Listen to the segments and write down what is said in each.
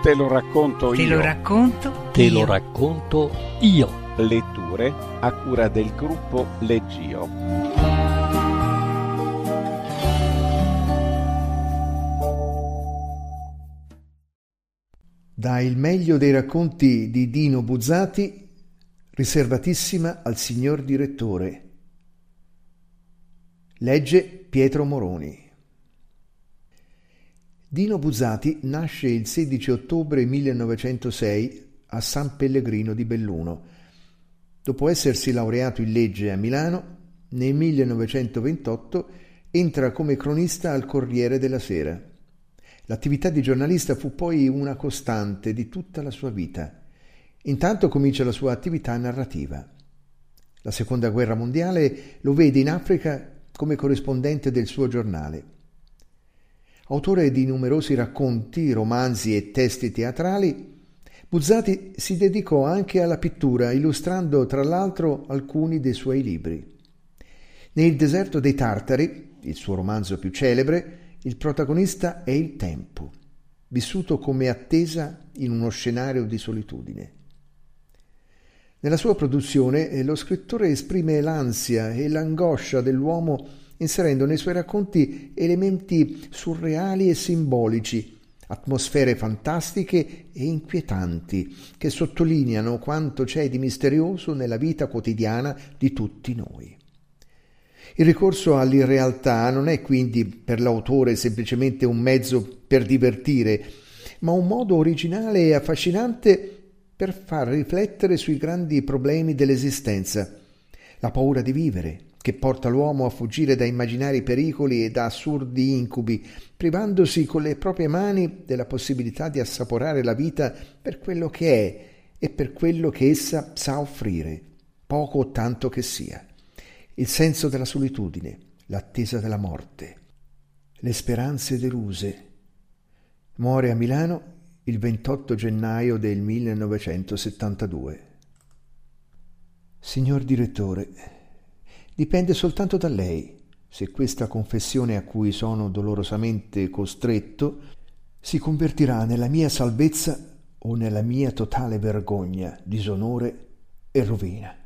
Te lo racconto io. Te lo racconto Te io. lo racconto io. Letture a cura del gruppo Leggio. Da Il meglio dei racconti di Dino Buzzati, riservatissima al signor direttore. Legge Pietro Moroni. Dino Buzzati nasce il 16 ottobre 1906 a San Pellegrino di Belluno. Dopo essersi laureato in legge a Milano, nel 1928 entra come cronista al Corriere della Sera. L'attività di giornalista fu poi una costante di tutta la sua vita. Intanto comincia la sua attività narrativa. La Seconda Guerra Mondiale lo vede in Africa come corrispondente del suo giornale. Autore di numerosi racconti, romanzi e testi teatrali, Buzzati si dedicò anche alla pittura, illustrando tra l'altro alcuni dei suoi libri. Nel deserto dei Tartari, il suo romanzo più celebre, il protagonista è il tempo, vissuto come attesa in uno scenario di solitudine. Nella sua produzione lo scrittore esprime l'ansia e l'angoscia dell'uomo inserendo nei suoi racconti elementi surreali e simbolici, atmosfere fantastiche e inquietanti che sottolineano quanto c'è di misterioso nella vita quotidiana di tutti noi. Il ricorso all'irrealtà non è quindi per l'autore semplicemente un mezzo per divertire, ma un modo originale e affascinante per far riflettere sui grandi problemi dell'esistenza, la paura di vivere, che porta l'uomo a fuggire da immaginari pericoli e da assurdi incubi, privandosi con le proprie mani della possibilità di assaporare la vita per quello che è e per quello che essa sa offrire, poco o tanto che sia. Il senso della solitudine, l'attesa della morte, le speranze deluse. Muore a Milano il 28 gennaio del 1972. Signor direttore, dipende soltanto da lei se questa confessione a cui sono dolorosamente costretto si convertirà nella mia salvezza o nella mia totale vergogna, disonore e rovina.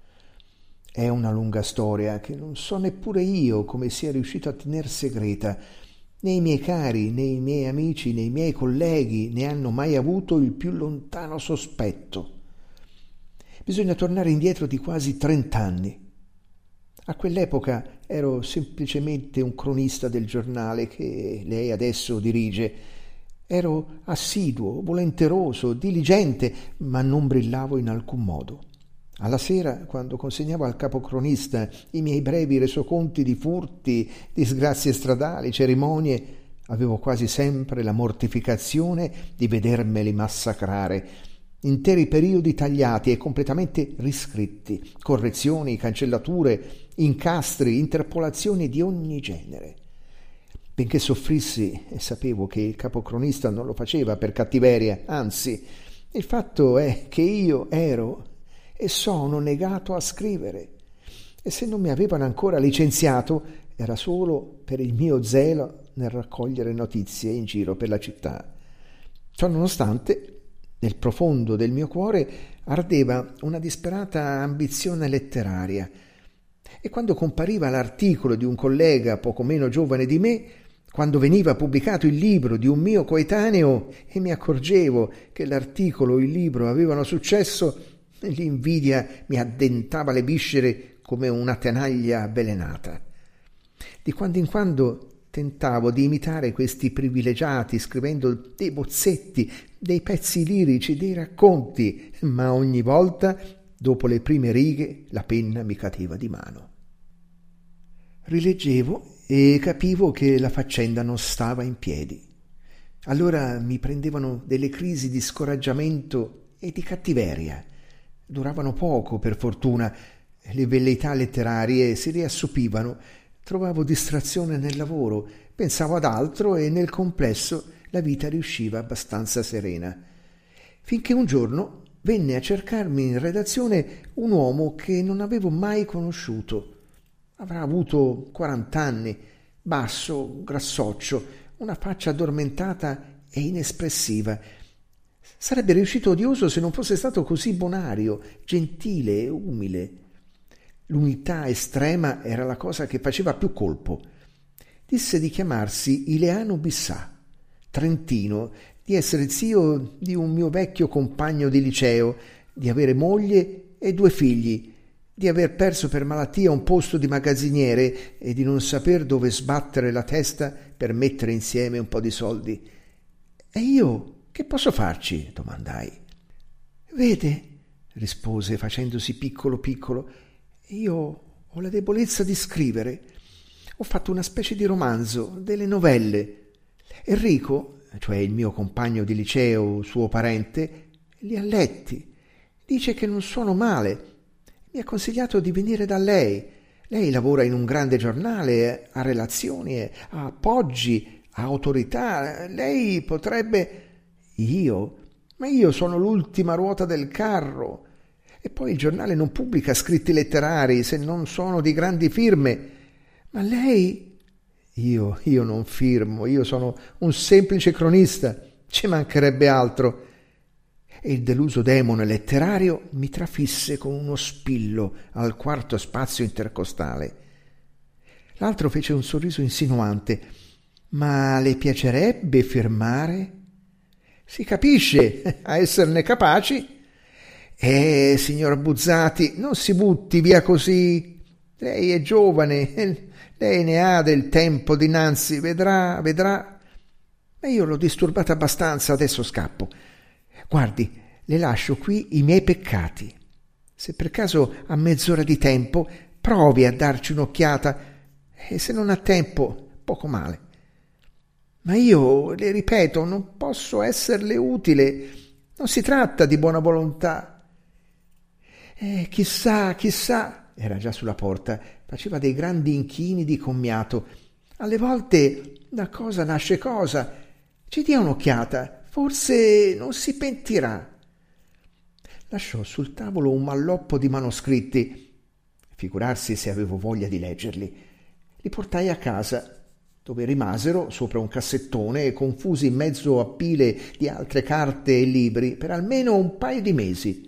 È una lunga storia che non so neppure io come sia riuscito a tener segreta. Né i miei cari, né i miei amici, né i miei colleghi ne hanno mai avuto il più lontano sospetto. Bisogna tornare indietro di quasi 30 anni. A quell'epoca ero semplicemente un cronista del giornale che lei adesso dirige. Ero assiduo, volenteroso, diligente, ma non brillavo in alcun modo. Alla sera, quando consegnavo al capocronista i miei brevi resoconti di furti, disgrazie stradali, cerimonie, avevo quasi sempre la mortificazione di vedermeli massacrare. Interi periodi tagliati e completamente riscritti, correzioni, cancellature, incastri, interpolazioni di ogni genere. Benché soffrissi, sapevo che il capocronista non lo faceva per cattiveria, anzi, il fatto è che io ero e sono negato a scrivere, e se non mi avevano ancora licenziato era solo per il mio zelo nel raccogliere notizie in giro per la città. Ciò nonostante, nel profondo del mio cuore ardeva una disperata ambizione letteraria, e quando compariva l'articolo di un collega poco meno giovane di me, quando veniva pubblicato il libro di un mio coetaneo e mi accorgevo che l'articolo o il libro avevano successo, l'invidia mi addentava le viscere come una tenaglia avvelenata. Di quando in quando tentavo di imitare questi privilegiati scrivendo dei bozzetti, dei pezzi lirici, dei racconti, ma ogni volta, dopo le prime righe, la penna mi cadeva di mano. Rileggevo e capivo che la faccenda non stava in piedi. Allora mi prendevano delle crisi di scoraggiamento e di cattiveria. Duravano poco, per fortuna. Le velleità letterarie si riassopivano. Trovavo distrazione nel lavoro, pensavo ad altro e nel complesso la vita riusciva abbastanza serena. Finché un giorno venne a cercarmi in redazione un uomo che non avevo mai conosciuto. Avrà avuto 40 anni, basso, grassoccio, una faccia addormentata e inespressiva. Sarebbe riuscito odioso se non fosse stato così bonario, gentile e umile. L'unità estrema era la cosa che faceva più colpo. Disse di chiamarsi Ileano Bissà, trentino, di essere zio di un mio vecchio compagno di liceo, di avere moglie e 2 figli, di aver perso per malattia un posto di magazziniere e di non saper dove sbattere la testa per mettere insieme un po' di soldi. E io che posso farci? Domandai. Vede, rispose facendosi piccolo piccolo, io ho la debolezza di scrivere. Ho fatto una specie di romanzo, delle novelle. Enrico, cioè il mio compagno di liceo, suo parente, li ha letti. Dice che non sono male. Mi ha consigliato di venire da lei. Lei lavora in un grande giornale, ha relazioni, ha appoggi, ha autorità. Lei potrebbe... Io? Ma io sono l'ultima ruota del carro. E poi il giornale non pubblica scritti letterari se non sono di grandi firme. Ma lei? Io non firmo, io sono un semplice cronista. Ci mancherebbe altro. E il deluso demone letterario mi trafisse con uno spillo al quarto spazio intercostale. L'altro fece un sorriso insinuante. Ma le piacerebbe firmare? Si capisce, a esserne capaci. Signor Buzzati, non si butti via così. Lei è giovane, lei ne ha del tempo dinanzi, vedrà. Ma io l'ho disturbata abbastanza, adesso scappo. Guardi, le lascio qui i miei peccati. Se per caso ha mezz'ora di tempo, provi a darci un'occhiata, e se non ha tempo, poco male. Ma io, le ripeto, non posso esserle utile. Non si tratta di buona volontà. Chissà, era già sulla porta, faceva dei grandi inchini di commiato. Alle volte da cosa nasce cosa. Ci dia un'occhiata, forse non si pentirà. Lasciò sul tavolo un malloppo di manoscritti. Figurarsi se avevo voglia di leggerli. Li portai a casa, dove rimasero sopra un cassettone confusi in mezzo a pile di altre carte e libri per almeno un paio di mesi.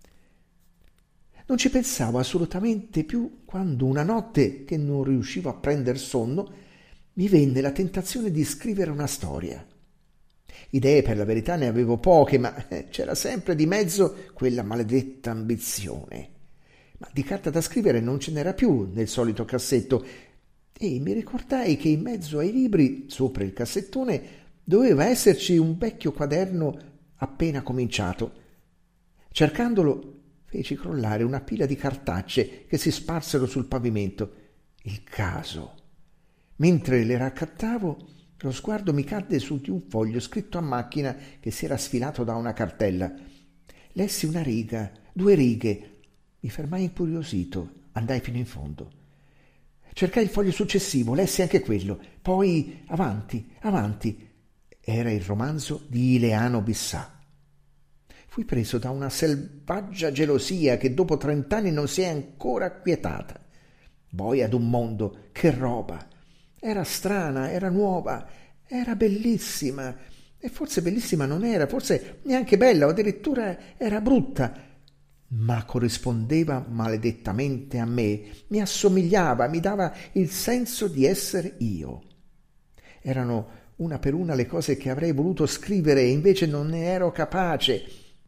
Non ci pensavo assolutamente più quando una notte, che non riuscivo a prender sonno, mi venne la tentazione di scrivere una storia. Idee, per la verità, ne avevo poche, ma c'era sempre di mezzo quella maledetta ambizione. Ma di carta da scrivere non ce n'era più nel solito cassetto, e mi ricordai che in mezzo ai libri, sopra il cassettone, doveva esserci un vecchio quaderno appena cominciato. Cercandolo, feci crollare una pila di cartacce che si sparsero sul pavimento. Il caso. Mentre le raccattavo, lo sguardo mi cadde su di un foglio scritto a macchina che si era sfilato da una cartella. Lessi una riga, 2 righe. Mi fermai incuriosito, andai fino in fondo. Cercai il foglio successivo, lessi anche quello, poi avanti. Era il romanzo di Ileano Bissà. Fui preso da una selvaggia gelosia che dopo 30 anni non si è ancora acquietata. Boia d'un mondo, che roba! Era strana, era nuova, era bellissima. E forse bellissima non era, forse neanche bella, o addirittura era brutta. Ma corrispondeva maledettamente a me, mi assomigliava, mi dava il senso di essere io. Erano una per una le cose che avrei voluto scrivere e invece non ne ero capace.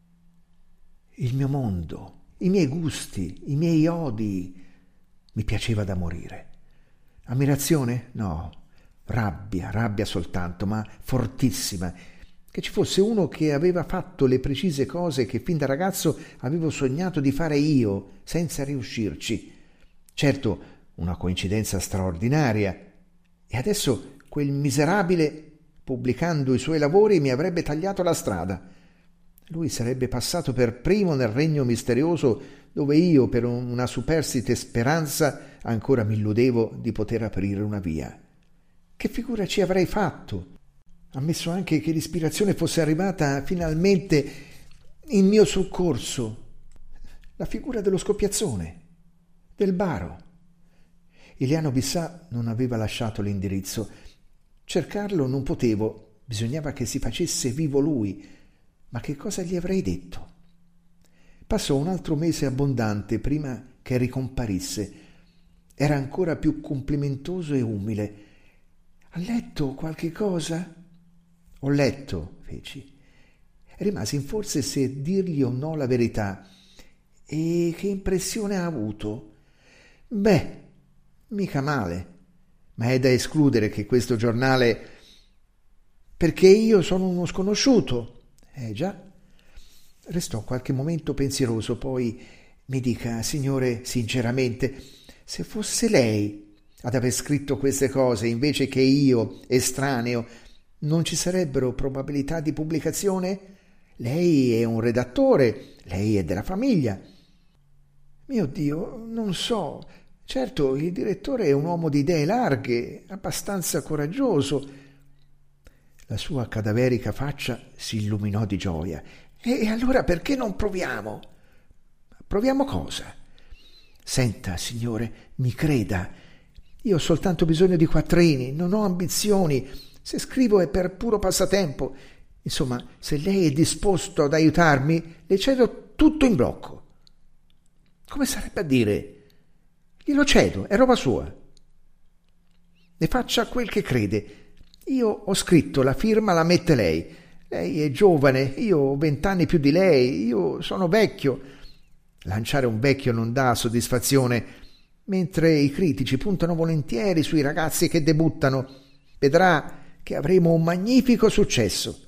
Il mio mondo, i miei gusti, i miei odi, mi piaceva da morire. Ammirazione? No, rabbia soltanto, ma fortissima. Che ci fosse uno che aveva fatto le precise cose che fin da ragazzo avevo sognato di fare io, senza riuscirci. Certo, una coincidenza straordinaria. E adesso quel miserabile, pubblicando i suoi lavori, mi avrebbe tagliato la strada. Lui sarebbe passato per primo nel regno misterioso dove io, per una superstite speranza, ancora mi illudevo di poter aprire una via. Che figura ci avrei fatto? Ammesso anche che l'ispirazione fosse arrivata finalmente in mio soccorso. La figura dello scoppiazzone, del baro. Ileano Bissà non aveva lasciato l'indirizzo. Cercarlo non potevo, bisognava che si facesse vivo lui. Ma che cosa gli avrei detto? Passò un altro mese abbondante prima che ricomparisse. Era ancora più complimentoso e umile. «Ha letto qualche cosa?» «Ho letto», feci. Rimasi in forse se dirgli o no la verità. «E che impressione ha avuto?» «Beh, mica male, ma è da escludere che questo giornale...» «Perché io sono uno sconosciuto?» Già». Restò qualche momento pensieroso, poi mi dica, signore, sinceramente, se fosse lei ad aver scritto queste cose invece che io, estraneo, non ci sarebbero probabilità di pubblicazione? Lei è un redattore, lei è della famiglia. Mio Dio, non so. Certo, il direttore è un uomo di idee larghe, abbastanza coraggioso. La sua cadaverica faccia si illuminò di gioia. E allora perché non proviamo? Proviamo cosa? Senta, signore, mi creda. Io ho soltanto bisogno di quattrini, non ho ambizioni. Se scrivo è per puro passatempo. Insomma, se lei è disposto ad aiutarmi, le cedo tutto in blocco. Come sarebbe a dire? Glielo cedo, è roba sua. Ne faccia quel che crede. Io ho scritto, la firma la mette lei. Lei è giovane, io ho 20 anni più di lei, io sono vecchio. Lanciare un vecchio non dà soddisfazione, mentre i critici puntano volentieri sui ragazzi che debuttano. Vedrà che avremo un magnifico successo.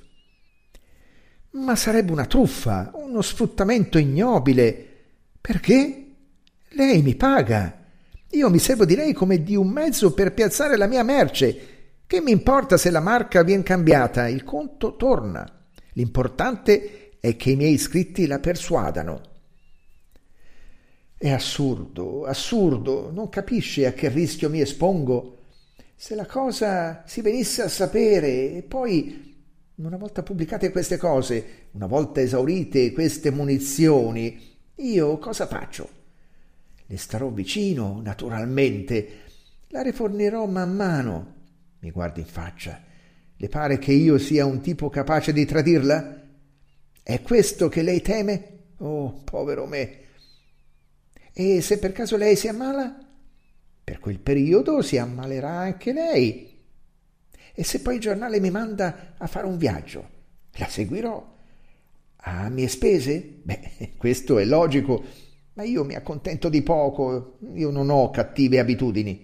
Ma sarebbe una truffa, uno sfruttamento ignobile. Perché? Lei mi paga. Io mi servo di lei come di un mezzo per piazzare la mia merce. Che mi importa se la marca viene cambiata? Il conto torna. L'importante è che i miei iscritti la persuadano. È assurdo, assurdo. Non capisce a che rischio mi espongo? Se la cosa si venisse a sapere e poi, una volta pubblicate queste cose, una volta esaurite queste munizioni, io cosa faccio? Le starò vicino, naturalmente. La rifornirò man mano. Mi guardi in faccia. Le pare che io sia un tipo capace di tradirla? È questo che lei teme? Oh, povero me. E se per caso lei si ammala? Per quel periodo si ammalerà anche lei. E se poi il giornale mi manda a fare un viaggio? La seguirò. A mie spese? Beh, questo è logico, ma io mi accontento di poco, io non ho cattive abitudini.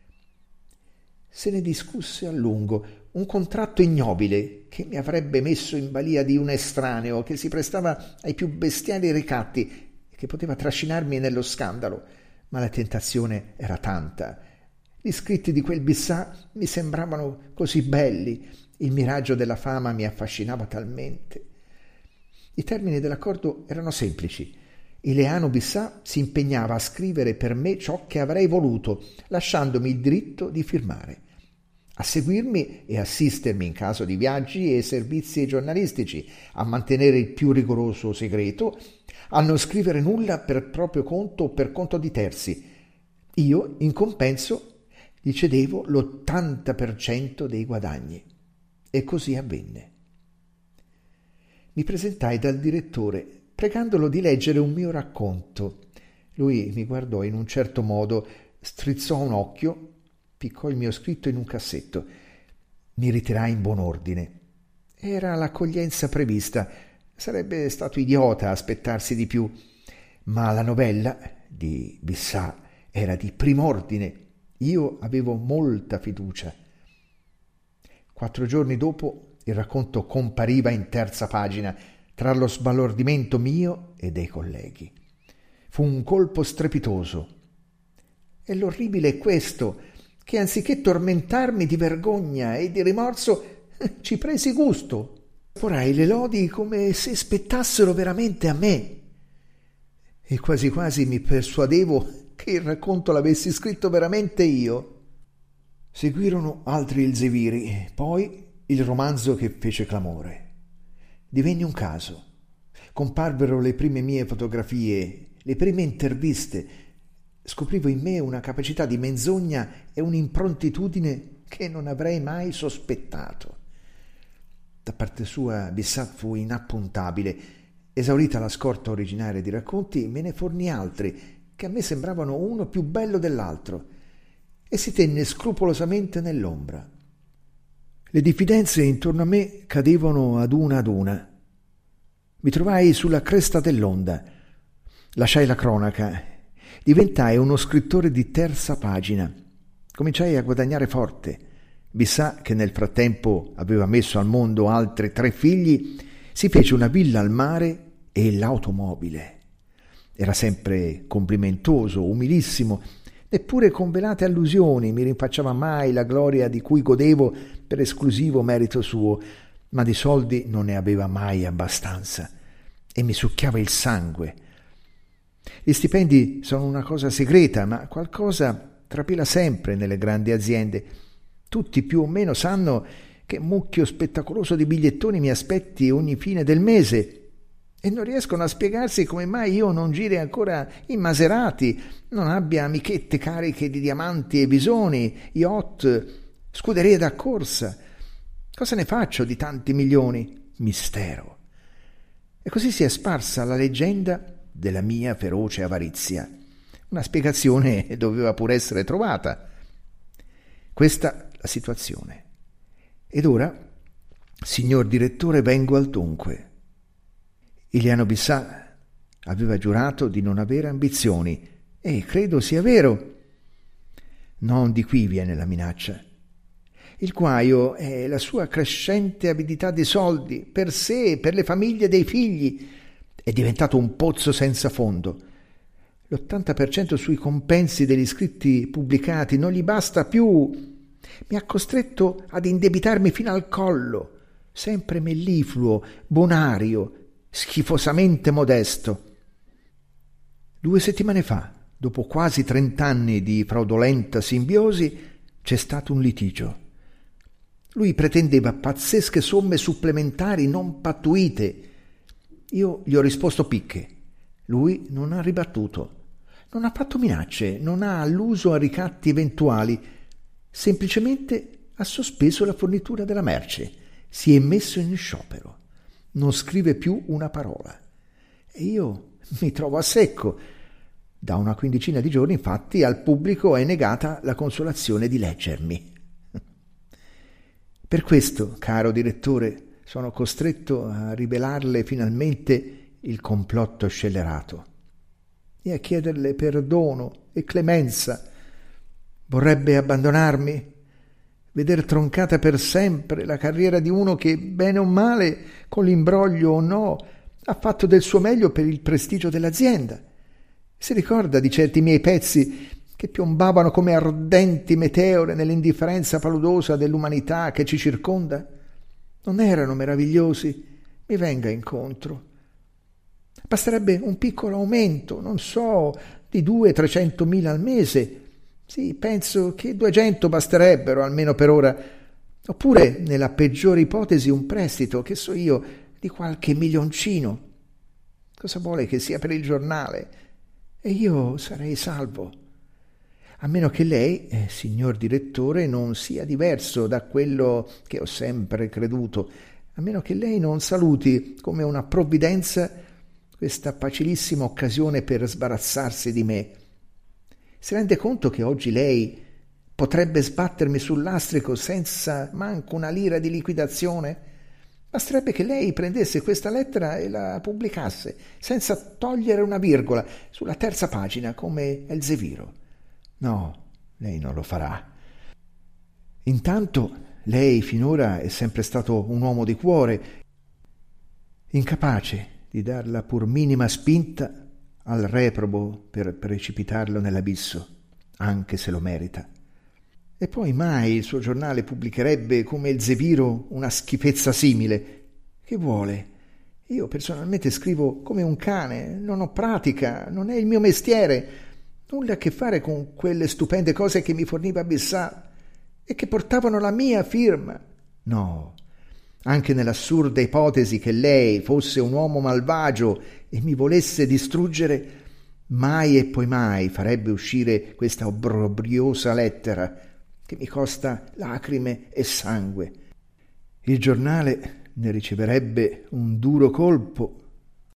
Se ne discusse a lungo, un contratto ignobile che mi avrebbe messo in balia di un estraneo che si prestava ai più bestiali ricatti e che poteva trascinarmi nello scandalo, ma la tentazione era tanta. Gli scritti di quel Bissà mi sembravano così belli, il miraggio della fama mi affascinava talmente. I termini dell'accordo erano semplici. Ileano Bissà si impegnava a scrivere per me ciò che avrei voluto, lasciandomi il diritto di firmare, a seguirmi e assistermi in caso di viaggi e servizi giornalistici, a mantenere il più rigoroso segreto, a non scrivere nulla per proprio conto o per conto di terzi. Io, in compenso, gli cedevo l'80% dei guadagni. E così avvenne. Mi presentai dal direttore, pregandolo di leggere un mio racconto. Lui mi guardò in un certo modo, strizzò un occhio, piccò il mio scritto in un cassetto. Mi ritirai in buon ordine. Era l'accoglienza prevista. Sarebbe stato idiota aspettarsi di più. Ma la novella di Bissà era di prim'ordine. Io avevo molta fiducia. 4 giorni dopo il racconto compariva in terza pagina, tra lo sbalordimento mio e dei colleghi. Fu un colpo strepitoso. E l'orribile è questo, che anziché tormentarmi di vergogna e di rimorso, ci presi gusto. Orai le lodi come se spettassero veramente a me. E quasi quasi mi persuadevo che il racconto l'avessi scritto veramente io. Seguirono altri elzeviri, poi il romanzo che fece clamore. Divenne un caso. Comparvero le prime mie fotografie, le prime interviste. Scoprivo in me una capacità di menzogna e un'improntitudine che non avrei mai sospettato. Da parte sua Bissat fu inappuntabile. Esaurita la scorta originaria di racconti, me ne fornì altri che a me sembravano uno più bello dell'altro e si tenne scrupolosamente nell'ombra. Le diffidenze intorno a me cadevano ad una. Mi trovai sulla cresta dell'onda. Lasciai la cronaca. Diventai uno scrittore di terza pagina. Cominciai a guadagnare forte. Bissat, che nel frattempo aveva messo al mondo altri 3 figli, si fece una villa al mare e l'automobile. Era sempre complimentoso, umilissimo, neppure con velate allusioni mi rinfacciava mai la gloria di cui godevo per esclusivo merito suo, ma di soldi non ne aveva mai abbastanza e mi succhiava il sangue. Gli stipendi sono una cosa segreta, ma qualcosa trapela sempre nelle grandi aziende. Tutti più o meno sanno che mucchio spettacoloso di bigliettoni mi aspetti ogni fine del mese e non riescono a spiegarsi come mai io non giri ancora in Maserati, non abbia amichette cariche di diamanti e bisoni, yacht, scuderie da corsa. Cosa ne faccio di tanti milioni? Mistero. E così si è sparsa la leggenda della mia feroce avarizia. Una spiegazione doveva pur essere trovata. Questa la situazione. Ed ora, signor direttore, vengo al dunque. Iliano Bissat aveva giurato di non avere ambizioni e credo sia vero. Non di qui viene la minaccia. Il guaio è la sua crescente avidità di soldi per sé e per le famiglie dei figli. È diventato un pozzo senza fondo. L'80% sui compensi degli scritti pubblicati non gli basta più. Mi ha costretto ad indebitarmi fino al collo, sempre mellifluo, bonario, schifosamente modesto. 2 settimane fa, dopo quasi 30 anni di fraudolenta simbiosi, c'è stato un litigio. Lui pretendeva pazzesche somme supplementari non pattuite. Io gli ho risposto picche. Lui non ha ribattuto. Non ha fatto minacce, non ha alluso a ricatti eventuali. Semplicemente ha sospeso la fornitura della merce. Si è messo in sciopero. Non scrive più una parola. E io mi trovo a secco. Da una quindicina di giorni, infatti, al pubblico è negata la consolazione di leggermi. Per questo, caro direttore, sono costretto a rivelarle finalmente il complotto scellerato e a chiederle perdono e clemenza. Vorrebbe abbandonarmi? Veder troncata per sempre la carriera di uno che, bene o male, con l'imbroglio o no, ha fatto del suo meglio per il prestigio dell'azienda. Si ricorda di certi miei pezzi che piombavano come ardenti meteore nell'indifferenza paludosa dell'umanità che ci circonda? Non erano meravigliosi? Mi venga incontro. Basterebbe un piccolo aumento, non so, di 200-300.000 al mese. Sì, penso che 200 basterebbero, almeno per ora. Oppure, nella peggiore ipotesi, un prestito, che so io, di qualche milioncino. Cosa vuole che sia per il giornale? E io sarei salvo. A meno che lei, signor direttore, non sia diverso da quello che ho sempre creduto, a meno che lei non saluti come una provvidenza questa facilissima occasione per sbarazzarsi di me. Si rende conto che oggi lei potrebbe sbattermi sul lastrico senza manco una lira di liquidazione? Basterebbe che lei prendesse questa lettera e la pubblicasse, senza togliere una virgola, sulla terza pagina, come Elzeviro. No, lei non lo farà. Intanto lei finora è sempre stato un uomo di cuore, incapace di dar la pur minima spinta al reprobo per precipitarlo nell'abisso, anche se lo merita. E poi mai il suo giornale pubblicherebbe come Elzeviro una schifezza simile. Che vuole? Io personalmente scrivo come un cane, non ho pratica, non è il mio mestiere, nulla a che fare con quelle stupende cose che mi forniva Bissat e che portavano la mia firma. No, anche nell'assurda ipotesi che lei fosse un uomo malvagio e mi volesse distruggere, mai e poi mai farebbe uscire questa obbrobriosa lettera che mi costa lacrime e sangue. Il giornale ne riceverebbe un duro colpo